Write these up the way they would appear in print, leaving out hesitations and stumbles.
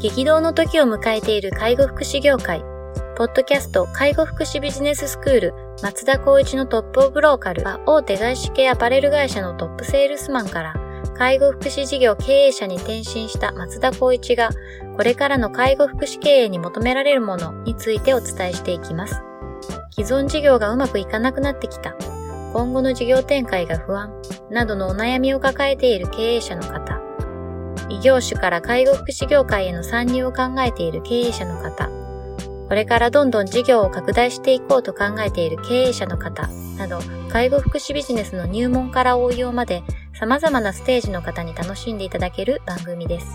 激動の時を迎えている介護福祉業界。ポッドキャスト介護福祉ビジネススクール松田光一のトップオブローカルは大手外資系アパレル会社のトップセールスマンから介護福祉事業経営者に転身した松田光一がこれからの介護福祉経営に求められるものについてお伝えしていきます。既存事業がうまくいかなくなってきた、今後の事業展開が不安などのお悩みを抱えている経営者の方、異業種から介護福祉業界への参入を考えている経営者の方、これからどんどん事業を拡大していこうと考えている経営者の方など、介護福祉ビジネスの入門から応用まで様々なステージの方に楽しんでいただける番組です。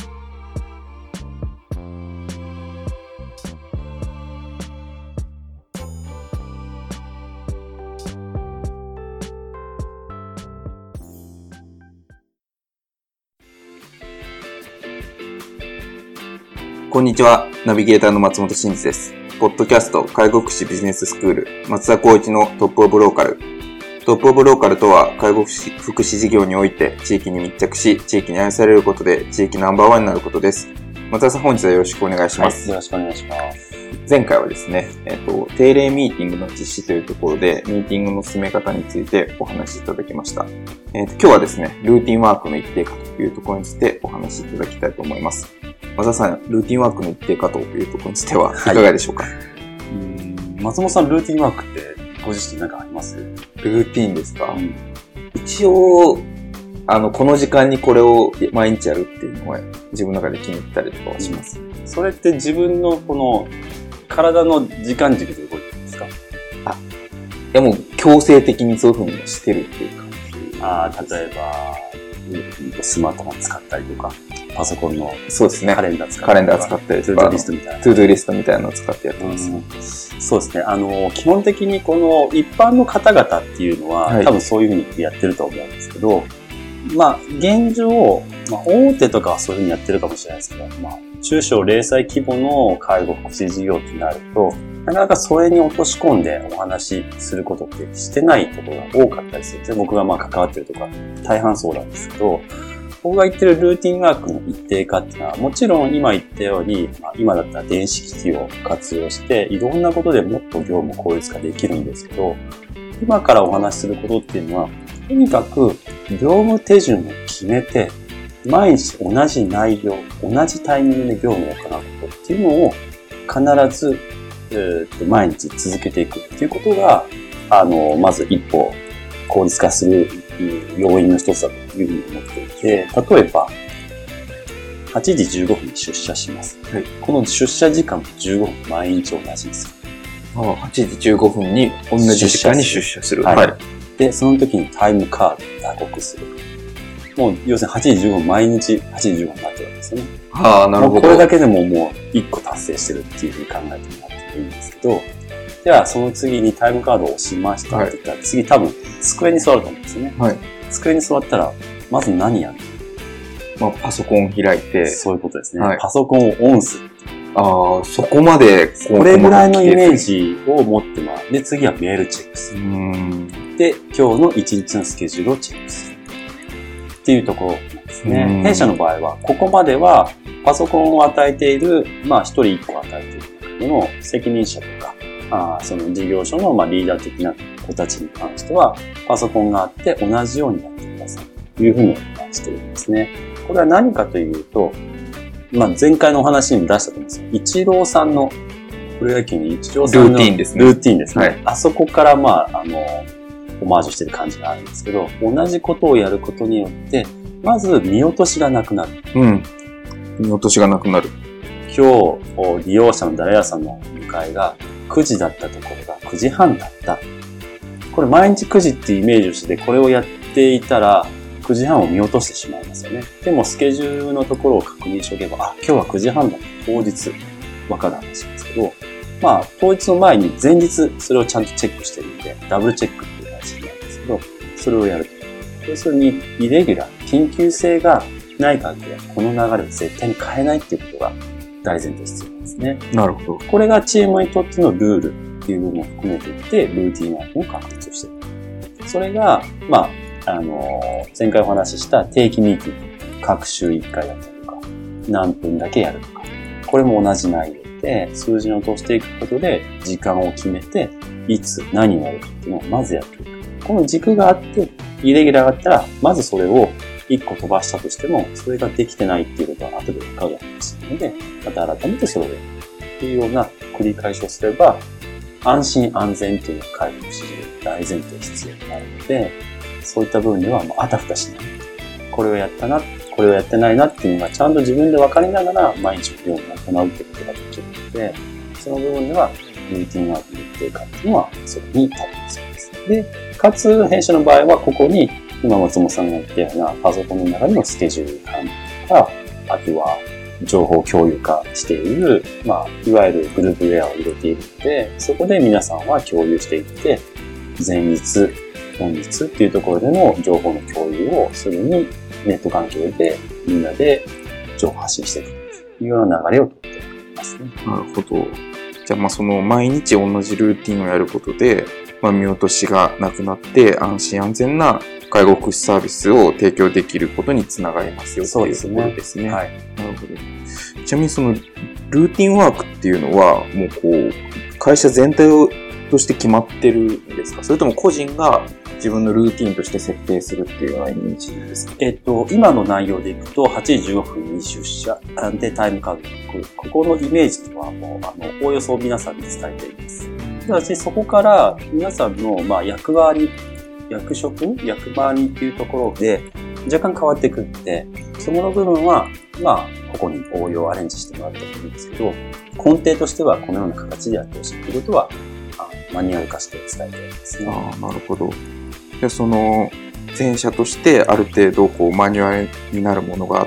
こんにちは。ナビゲーターの松本真嗣です。ポッドキャスト介護福祉ビジネススクール松田光一のトップオブローカル。トップオブローカルとは介護福祉事業において地域に密着し、地域に愛されることで地域ナンバーワンになることです。松田さん、本日はよろしくお願いします。 はい、よろしくお願いします。 前回はですね、定例ミーティングの実施というところでミーティングの進め方についてお話しいただきました。今日はですね、ルーティンワークの一定化というところについてお話しいただきたいと思います。松田さん、ルーティンワークの一定化というところについてはいかがでしょうか？ 松本さん、ルーティンワークってご自身何かあります？ ルーティンですか？一応、この時間にこれを毎日やるっていうのは自分の中で決めてたりとかはします。 それって自分のこの体の時間軸で動いてるんですか？ でも強制的にそういう風にしてるっていう感じ。 例えば、スマートフォン使ったりとか、パソコンのそうですね。 カレンダー使ったりとか、 トゥードゥーリストみたいな。 トゥードゥーリストみたいなのを使ってやってます。 そうですね。基本的にこの一般の方々っていうのは、はい、多分そういう風にやってると思うんですけど、現状、大手とかはそういう風にやってるかもしれないですけど、中小零細規模の介護福祉事業ってなると、なかなかそれに落とし込んでお話しすることってしてないところが多かったりするんですね。僕が関わってるとか大半そうなんですけど、僕が言ってるルーティンワークの一定化っていうのは、もちろん今言ったように、今だったら電子機器を活用して、いろんなことでもっと業務効率化できるんですけど、今からお話しすることっていうのは、とにかく業務手順を決めて、毎日同じ内容、同じタイミングで業務を行うことっていうのを必ず、毎日続けていくっていうことが、まず一歩効率化する要因の一つだというふうに思っていて、例えば、8時15分に出社します。はい、この出社時間も15分毎日同じにする。 8時15分に同じ時間に出社する。 はい。で、その時にタイムカードを打刻する。もう、要するに8時15分毎日8時15分になってるわけですよね。 なるほど。 これだけでももう1個達成してるっていうふうに考えてもらっていいんですけど、ではその次にタイムカードを押しましたって言ったら、次多分机に座ると思うんですよね。はい。机に座ったら、まず何やる？ パソコン開いて。 そういうことですね。はい、パソコンをオンする。 そこまで。 これぐらいのイメージを持ってもらう。で、次はメールチェックする。で、今日の1日のスケジュールをチェックする。っていうところなんですね。弊社の場合は、ここまではパソコンを与えている、一人1個与えている中での責任者とか、その事業所のリーダー的な子たちに関しては、パソコンがあって同じようにやってくださいというふうにしてるんですね。これは何かというと、前回のお話にも出したと思うんですよ。イチローさんの、プロ野球にイチローさんのルーティンですね。 ルーティンですね。はい、あそこからオマージュしてる感じがあるんですけど、同じことをやることによって、まず見落としがなくなる。 見落としがなくなる。 今日、利用者の誰々さんの迎えが9時だったところが9時半だった。これ毎日9時っていうイメージをして、これをやっていたら、9時半を見落としてしまいますよね。でもスケジュールのところを確認しておけば、今日は9時半だ。当日、わかる話なんですけど、当日の前に前日それをちゃんとチェックしてるんで、ダブルチェックっていう話なんですけど、それをやる。要するに、イレギュラー、緊急性がない限りは、この流れを絶対に変えないっていうことが大前提必要なんですね。 なるほど。 これがチームにとってのルールっていう部分を含めていって、ルーティンワークを確立している。それが、前回お話しした定期ミーティング、各週1回だったりとか、 何分だけやるとか、これも同じ内容で数字を落としていくことで時間を決めて、いつ何をやるかっていうのをまずやっていく。この軸があって、イレギュラーがあったら、まずそれを1個飛ばしたとしても、それができてないっていうことは後で分かるわけですので、また改めてそれをやるっていうような繰り返しをすれば、安心安全っていうのが介護指示で大前提必要になるので、そういった部分ではもうあたふたしない。これをやったな、これをやってないなっていうのがちゃんと自分で分かりながら毎日のように行うってことができるので、その部分ではルーティンワークの一定化っていうのはそれに多分そうです。で、かつ弊社の場合はここに今松本さんが言ったようなパソコンの中でのスケジュール管理とか、あとは情報共有化している、いわゆるグループウェアを入れているので、そこで皆さんは共有していって、前日、本日っていうところでの情報の共有をすぐにネット環境でみんなで情報発信していくというような流れをとっていますね。 なるほど。じゃあその毎日同じルーティンをやることで、見落としがなくなって安心安全な介護福祉サービスを提供できることにつながりますよというところですね。 はい。 なるほど。ちなみにそのルーティンワークっていうのはもう会社全体として決まってるんですか？それとも個人が自分のルーティンとして設定するっていうようなイメージですか？ 今の内容でいくと、8時15分に出社でタイムカウント。ここのイメージはもう、おおよそ皆さんに伝えています。ただし、そこから皆さんの、役回りっていうところで若干変わってくって、その部分は、ここに応用アレンジしてもらったと思うんですけど、根底としてはこのような形でやってほしいということは、マニュアル化して伝えていますね。 なるほど。で、その前者としてある程度マニュアルになるものがあって、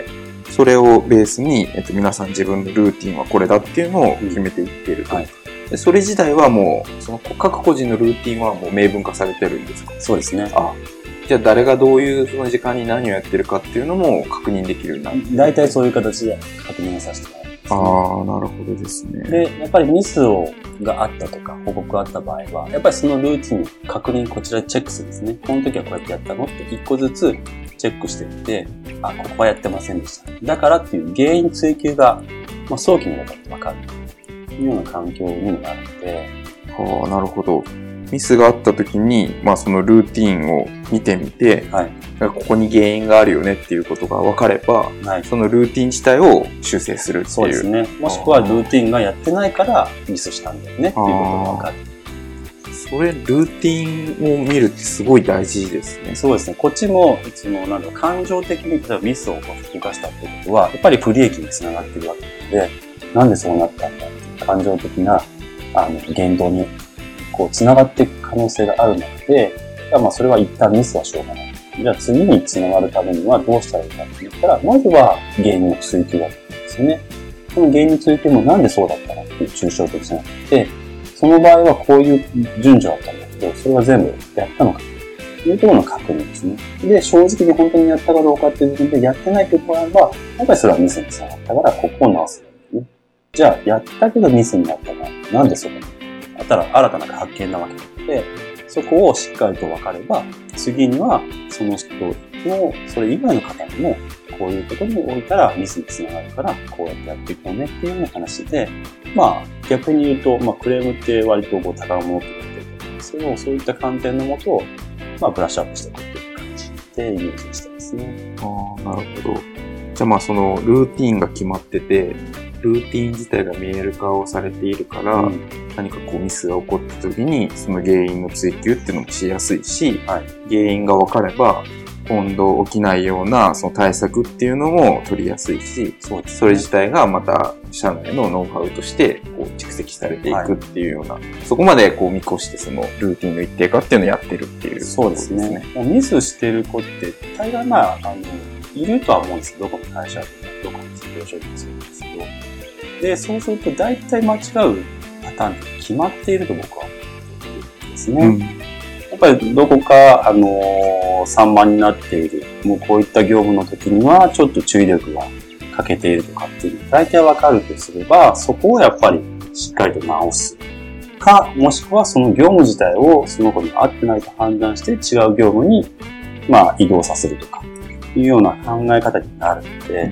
それをベースに、皆さん自分のルーティンはこれだっていうのを決めていっていると。はい。でそれ自体はもう、その各個人のルーティンはもう明文化されてるんですか？ そうですね。 じゃあ誰がどういうその時間に何をやってるかっていうのも確認できるようになる。 大体そういう形で確認をさせてもらいます、ね。 なるほどですね。 で、やっぱりミスがあったとか報告があった場合は、やっぱりそのルーティンの確認こちらでチェックするんですね。この時はこうやってやったのって一個ずつチェックしていって、ここはやってませんでした。だからっていう原因追求が、早期にわかってわかるというような環境にもなるので。 なるほど。ミスがあった時に、そのルーティンを見てみて、 はい、 ここに原因があるよねっていうことが分かれば、 はい、 そのルーティン自体を修正するっていう。 そうですね。もしくはルーティンがやってないからミスしたんだよねっていうことが分かる。 それ、ルーティンを見るってすごい大事ですね。 そうですね。こっちも、感情的に例えばミスを動かしたってことは、やっぱり不利益につながっているわけなので、なんでそうなったんだっていう感情的な、言動に、繋がっていく可能性があるので、それは一旦ミスはしょうがない。じゃあ次に繋がるためにはどうしたらいいかって言ったら、まずは原因の追求だと思うんですよね。その原因の追求もなんでそうだったのっていう抽象的じゃなくて、その場合はこういう順序だったんだけど、それは全部やったのかというところの確認ですね。で、正直に本当にやったかどうかっていう部分でやってないというところがあれば、やっぱりそれはミスに繋がったから、ここを直すんですね。じゃあ、やったけどミスになったのは、なんでそこにあったら新たな発見なわけなので、そこをしっかりと分かれば、次にはその人の、それ以外の方にも、こういうことに置いたらミスにつながるから、こうやってやっていこうねっていうような話で、逆に言うと、クレームって割と高物って言ってると思うんですけど、そういった観点のもと、ブラッシュアップしていくっていう感じでイメージしてますね。 なるほど。じゃあそのルーティンが決まってて、ルーティン自体が見える化をされているから、何かミスが起こった時に、その原因の追求っていうのもしやすいし、原因が分かれば、今度起きないようなその対策っていうのも取りやすいし、それ自体がまた社内のノウハウとして蓄積されていくっていうような、そこまで見越してそのルーティンの一定化っていうのをやってるっていう、 そうですね。ミスしてる子って大概いるとは思うんですけど、どこの会社でもどこの事業所でもそうなんですけど、で、そうすると大体間違うパターンって決まっていると僕は思っているんですね。やっぱりどこか、散漫になっている、もうこういった業務の時にはちょっと注意力が欠けているとかっていう、大体わかるとすれば、そこをやっぱりしっかりと直すか、もしくはその業務自体をその子に合ってないと判断して違う業務に、移動させるとかいうような考え方になるので、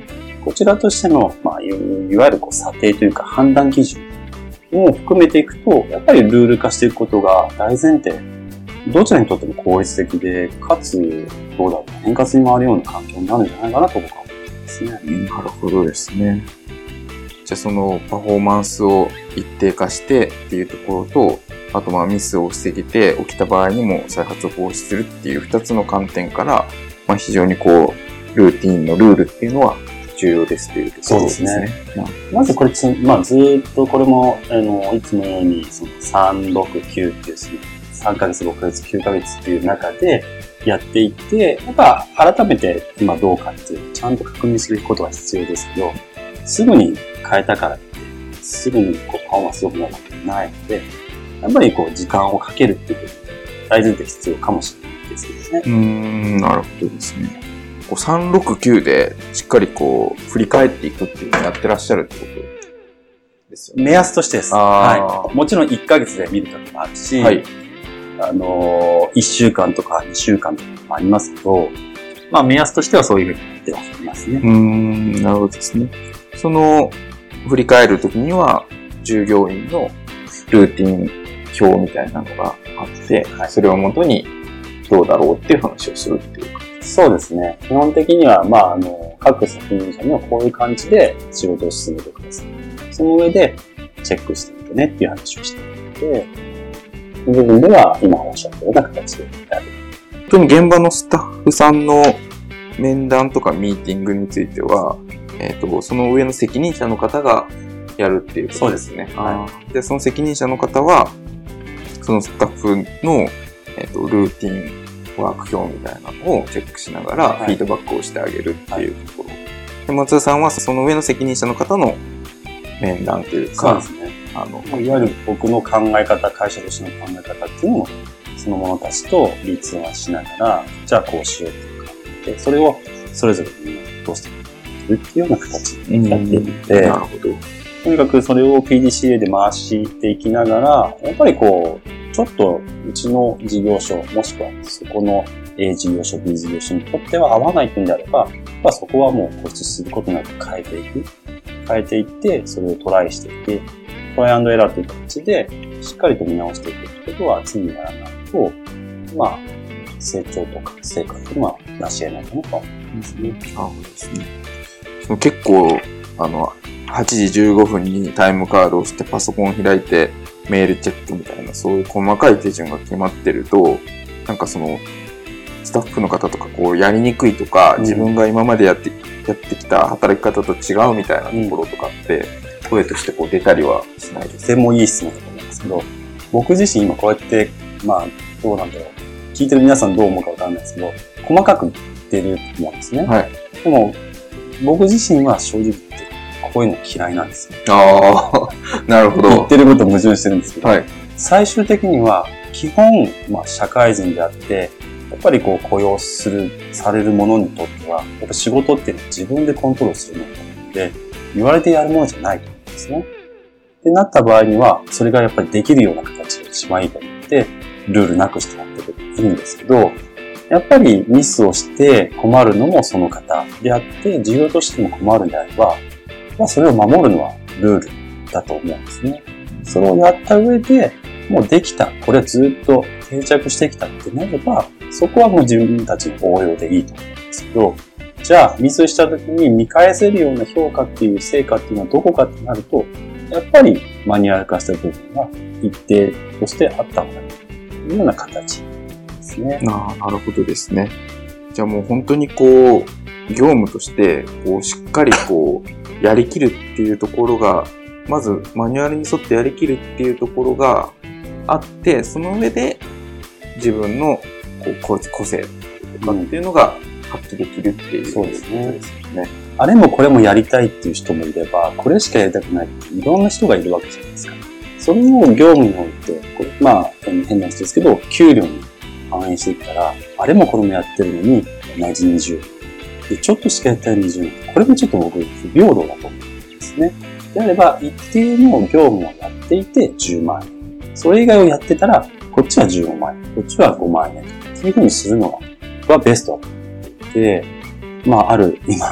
こちらとしての、いわゆる査定というか判断基準を含めていくと、やっぱりルール化していくことが大前提。どちらにとっても効率的で、かつ、どうだろう、円滑に回るような環境になるんじゃないかなと僕は思いますね。 なるほどですね。じゃあそのパフォーマンスを一定化してっていうところと、あとミスを防げて起きた場合にも再発を防止するっていう2つの観点から、非常にルーティンのルールっていうのは重要ですというところですね。 そうですね。まずこれずっとこれも、いつものように、3、6、9っていう3ヶ月、6ヶ月、9ヶ月っていう中でやっていって、やっぱ改めて今どうかっていうちゃんと確認することが必要ですけど、すぐに変えたからって、すぐにパフォーマンス良くなるわけないので、やっぱり時間をかけるっていうことが大前提必要かもしれないですけどね。 なるほどですね。3、6、9でしっかり振り返っていくっていうのをやってらっしゃるってことですよね。 目安としてです。はい。もちろん1ヶ月で見る時もあるし、はい、1週間とか2週間とかもありますけど、目安としてはそういうふうに言ってはいますね。 なるほどですね。その、振り返るときには、従業員のルーティン表みたいなのがあって、はい、それをもとにどうだろうっていう話をするっていうか。 そうですね。基本的には、各責任者にはこういう感じで仕事を進めてください。その上で、チェックしてみてねっていう話をしていて、部分では今おっしゃったような形でやる。 本当に現場のスタッフさんの面談とかミーティングについては、その上の責任者の方がやるっていうことですね。で、その責任者の方は、そのスタッフの、ルーティンワーク表みたいなのをチェックしながらフィードバックをしてあげるっていうところ。で、松田さんはその上の責任者の方の面談というか、 そうですね。いわゆる僕の考え方、会社としての考え方っていうのを、その者たちと立案しながら、じゃあこうしようというか、で、それをそれぞれみんなどうしていくっていうような形でやっていって、 なるほど。 とにかくそれを PDCA で回していきながら、やっぱりちょっとうちの事業所、もしくはそこの A 事業所、B 事業所にとっては合わないというんであれば、そこはもう固執することなく変えていく。変えていって、それをトライしていって、トライアンドエラーという形で、しっかりと見直していくってことは常にやらないと、成長とか成果っていうのは成し得ないかなと思いますね。 そうですね。結構、8時15分にタイムカードをしてパソコン開いてメールチェックみたいな、そういう細かい手順が決まってると、スタッフの方とかやりにくいとか、自分が今までやってきた働き方と違うみたいなところとかって、声として出たりはしないですか？ とてもいい質問だと思うんですけど、僕自身今こうやって、どうなんだろう。聞いてる皆さんどう思うかわからないですけど、細かく言ってると思うんですね。 はい。 でも、僕自身は正直言って、こういうの嫌いなんですよ。 なるほど。 言ってること矛盾してるんですけど、 はい、 最終的には、基本、社会人であって、やっぱり雇用されるものにとっては、やっぱ仕事っていうのは自分でコントロールするものなので、言われてやるものじゃないと思うんですね。ってなった場合には、それがやっぱりできるような形が一番いいと思って、ルールなくしてやっていくといいんですけど、やっぱりミスをして困るのもその方であって、事業としても困るんであれば、それを守るのはルールだと思うんですね。それをやった上で、もうできた、これはずっと定着してきたってなれば、そこはもう自分たちの応用でいいと思うんですけど、じゃあミスした時に見返せるような評価っていう成果っていうのはどこかってなると、やっぱりマニュアル化した部分が一定としてあった方がいいというような形ですね。 なるほどですね。じゃあもう本当に業務としてしっかりやりきるっていうところが、まずマニュアルに沿ってやりきるっていうところがあって、その上で自分の個性とかっていうのが発揮できるっていう、 そうですね。あれもこれもやりたいっていう人もいれば、これしかやりたくないっていろんな人がいるわけじゃないですか。それを業務において、変な人ですけど、給料に反映していったら、あれもこれもやってるのに、同じ20で、ちょっとしかやってない20年。これもちょっと僕、不平等だと思うんですね。であれば、一定の業務をやっていて10万円。それ以外をやってたら、こっちは15万円、こっちは5万円。そういうふうにするのがベストだと思っていて、今、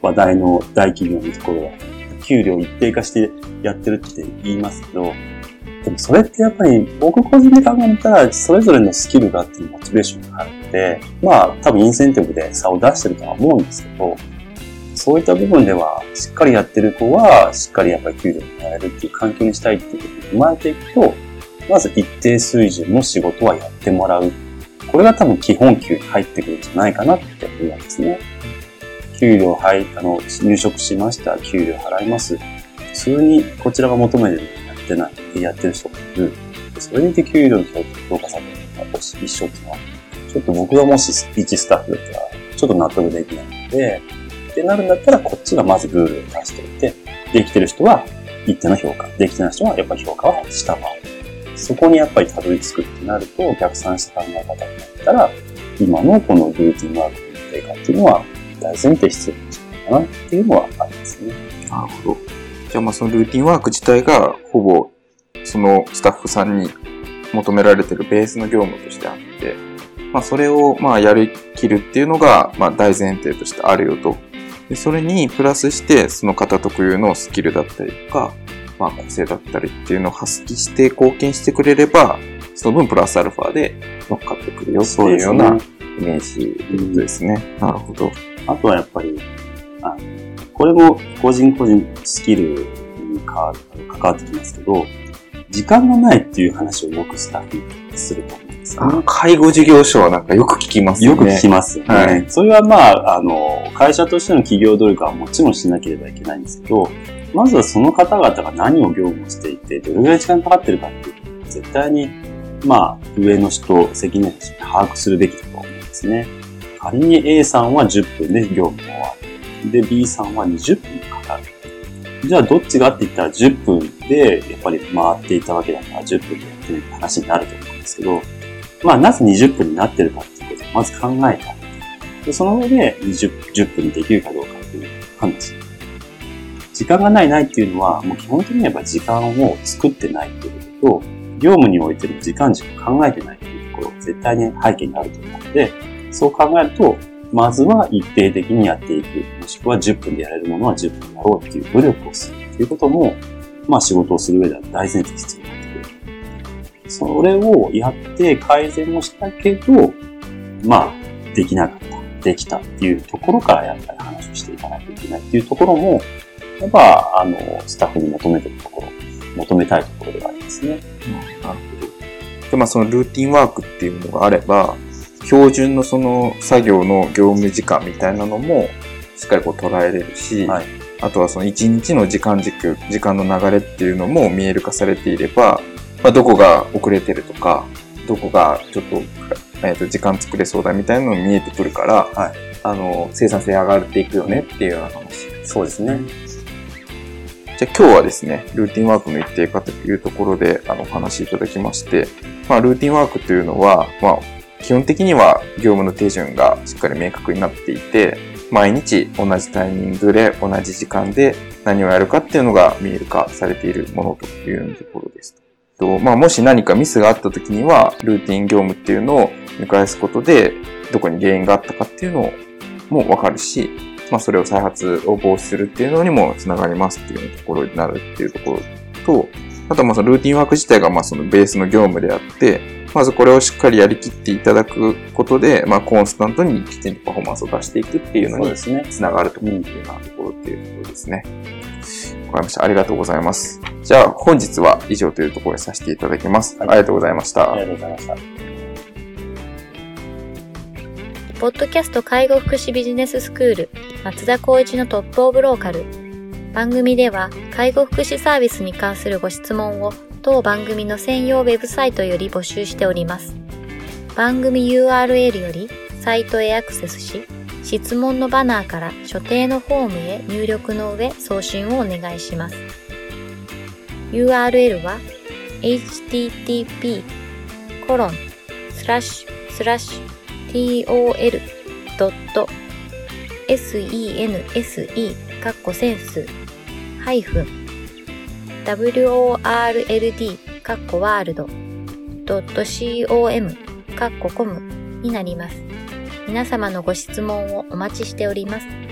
話題の大企業のところは、給料一定化してやってるって言いますけど、でもそれってやっぱり僕個人で考えたら、それぞれのスキルがあってモチベーションがあるので、多分インセンティブで差を出してるとは思うんですけど、そういった部分では、しっかりやってる子は、しっかりやっぱり給料をもらえるっていう環境にしたいっていうことに生まれていくと、まず一定水準の仕事はやってもらう。これが多分基本給に入ってくるんじゃないかなって思うんですね。給料入職しました。給料払います。普通にこちらが求めてるのやってる人がいる。それにて給料の評価されるのが一緒っていうのは、ちょっと僕がもし一スタッフだったら、ちょっと納得できないので、ってなるんだったら、こっちがまずルールを出しておいて、できてる人は一定の評価、できてない人はやっぱり評価は下回る。そこにやっぱりたどり着くってなると、逆算した考え方になったら、今のこのルーティンワークの一定化っていうのは、大前提必要なんじゃないかなっていうのはありますね。 なるほど。じゃあそのルーティンワーク自体が、ほぼ、そのスタッフさんに求められてるベースの業務としてあって、それをやりきるっていうのが、大前提としてあるよと。でそれにプラスして、その方特有のスキルだったりとか、個性だったりっていうのを発揮して貢献してくれれば、その分プラスアルファで乗っかってくるよっていうようなイメージということですね。なるほど。 あとはやっぱり、これも個人スキルに関わってきますけど、時間がないっていう話をよくスタッフにすると思うんですよね。 介護事業所はなんかよく聞きますよね。 よく聞きますよね。はい、それは会社としての企業努力はもちろんしなければいけないんですけど、まずはその方々が何を業務をしていて、どれぐらい時間かかってるかっていうのを絶対に、上の人、責任者に把握するべきだと思うんですね。仮に A さんは10分で業務が終わる。で、B さんは20分かかる。じゃあどっちがって言ったら10分でやっぱり回っていたわけだから10分でやってるって話になると思うんですけど、なぜ20分になってるかっていうことをまず考えた。で、その上で10分にできるかどうかっていう判断する。時間がないっていうのは、もう基本的にはやっぱ時間を作ってないっていうことと、業務においての時間軸を考えてないっていうところ、絶対に背景にあると思うので、そう考えると、まずは一定的にやっていく。もしくは10分でやれるものは10分やろうっていう努力をするっていうことも、仕事をする上では大前提必要になってくる。それをやって改善をしたけど、できなかった。できたっていうところからやっぱり話をしていかないといけないっていうところも、やっぱ、スタッフに求めたいところではありますね。 なるほど。で、そのルーティンワークっていうのがあれば、標準のその作業の業務時間みたいなのもしっかり捉えれるし、はい、あとはその一日の時間軸、時間の流れっていうのも見える化されていれば、どこが遅れてるとか、どこがちょっと、時間作れそうだみたいなのも見えてくるから、はい、生産性上がっていくよねっていうような話。 そうですね。 じゃあ今日はですね、ルーティンワークの一定化というところでお話しいただきまして、ルーティンワークというのは、基本的には業務の手順がしっかり明確になっていて、毎日同じタイミングで同じ時間で何をやるかっていうのが見える化されているものというところです。もし何かミスがあった時には、ルーティン業務っていうのを見返すことで、どこに原因があったかっていうのもわかるし、それを再発を防止するっていうのにもつながりますっていうところになるっていうところと、あとはそのルーティンワーク自体がそのベースの業務であって、まずこれをしっかりやりきっていただくことで、コンスタントにきちんとパフォーマンスを出していくっていうのにつながるというようなところっていうところですね。わかりました。ありがとうございます。じゃあ本日は以上というところにさせていただきます。はい、ありがとうございました。 ありがとうございました。 ポッドキャスト介護福祉ビジネススクール松田光一のトップオブローカル。番組では介護福祉サービスに関するご質問を当番組の専用ウェブサイトより募集しております。番組 URL よりサイトへアクセスし、質問のバナーから所定のフォームへ入力の上送信をお願いします。URL は http://tol.sense-world.com になります。皆様のご質問をお待ちしております。